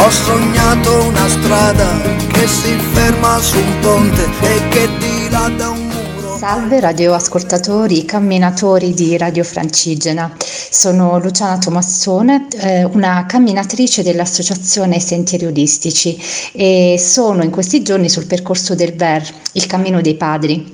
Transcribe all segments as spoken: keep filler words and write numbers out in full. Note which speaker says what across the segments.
Speaker 1: Ho sognato una strada che si ferma su un ponte e che dilata un muro.
Speaker 2: Salve radioascoltatori, camminatori di Radio Francigena. Sono Luciana Tomassone, eh, una camminatrice dell'Associazione Sentieri Olistici e sono in questi giorni sul percorso del V E R, il Cammino dei Padri.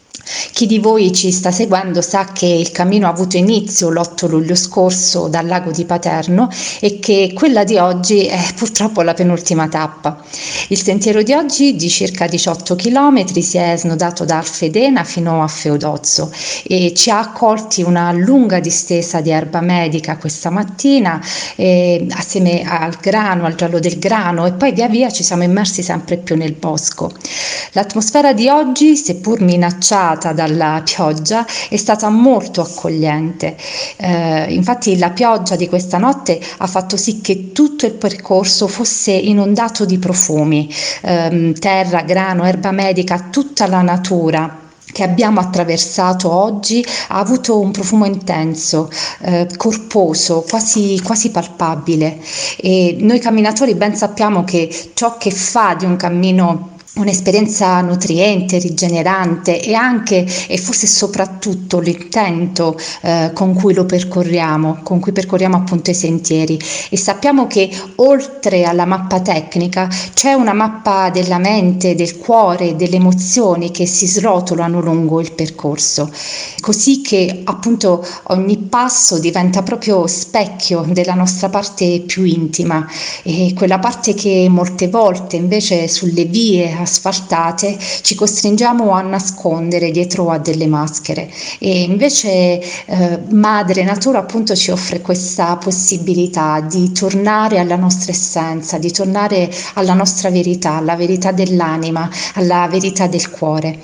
Speaker 2: Chi di voi ci sta seguendo sa che il cammino ha avuto inizio l'otto luglio scorso dal lago di Paterno e che quella di oggi è purtroppo la penultima tappa. Il sentiero di oggi, di circa diciotto chilometri, si è snodato da Alfedena fino a Feudozzo e ci ha accolti una lunga distesa di erba medica questa mattina, eh, assieme al grano, al giallo del grano, e poi via via ci siamo immersi sempre più nel bosco. L'atmosfera di oggi, seppur minacciata dalla pioggia, è stata molto accogliente. Eh, infatti la pioggia di questa notte ha fatto sì che tutto il percorso fosse inondato di profumi, eh, terra, grano, erba medica, tutta la natura che abbiamo attraversato oggi ha avuto un profumo intenso, eh, corposo, quasi, quasi palpabile, e noi camminatori ben sappiamo che ciò che fa di un cammino un'esperienza nutriente, rigenerante e anche e forse soprattutto l'intento eh, con cui lo percorriamo, con cui percorriamo appunto i sentieri, e sappiamo che oltre alla mappa tecnica c'è una mappa della mente, del cuore, delle emozioni che si srotolano lungo il percorso, così che appunto ogni passo diventa proprio specchio della nostra parte più intima, e quella parte che molte volte invece sulle vie asfaltate ci costringiamo a nascondere dietro a delle maschere, e invece eh, Madre Natura appunto ci offre questa possibilità di tornare alla nostra essenza, di tornare alla nostra verità, alla verità dell'anima, alla verità del cuore.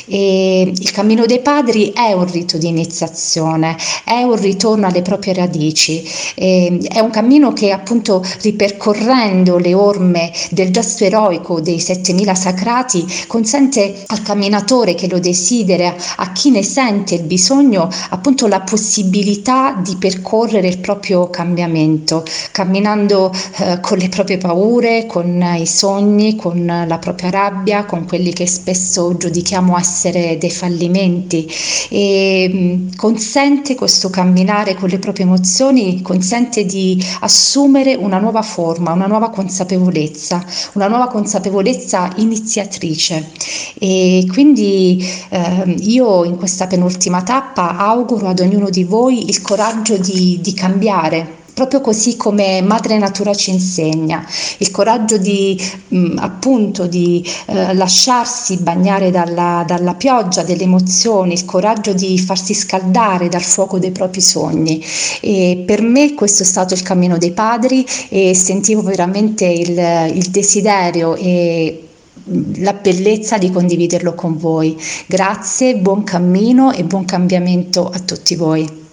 Speaker 2: E il Cammino dei Padri è un rito di iniziazione, è un ritorno alle proprie radici, e è un cammino che appunto, ripercorrendo le orme del gesto eroico dei settemila sacrati, consente al camminatore che lo desidera, a chi ne sente il bisogno, appunto la possibilità di percorrere il proprio cambiamento, camminando eh, con le proprie paure, con i sogni, con la propria rabbia, con quelli che spesso giudichiamo essere dei fallimenti, e mh, consente questo camminare con le proprie emozioni, consente di assumere una nuova forma, una nuova consapevolezza, una nuova consapevolezza iniziativa. E quindi eh, io in questa penultima tappa auguro ad ognuno di voi il coraggio di, di cambiare, proprio così come Madre Natura ci insegna, il coraggio di mh, appunto di eh, lasciarsi bagnare dalla, dalla pioggia delle emozioni, il coraggio di farsi scaldare dal fuoco dei propri sogni. E per me questo è stato il Cammino dei Padri, e sentivo veramente il, il desiderio e la bellezza di condividerlo con voi. Grazie, buon cammino e buon cambiamento a tutti voi.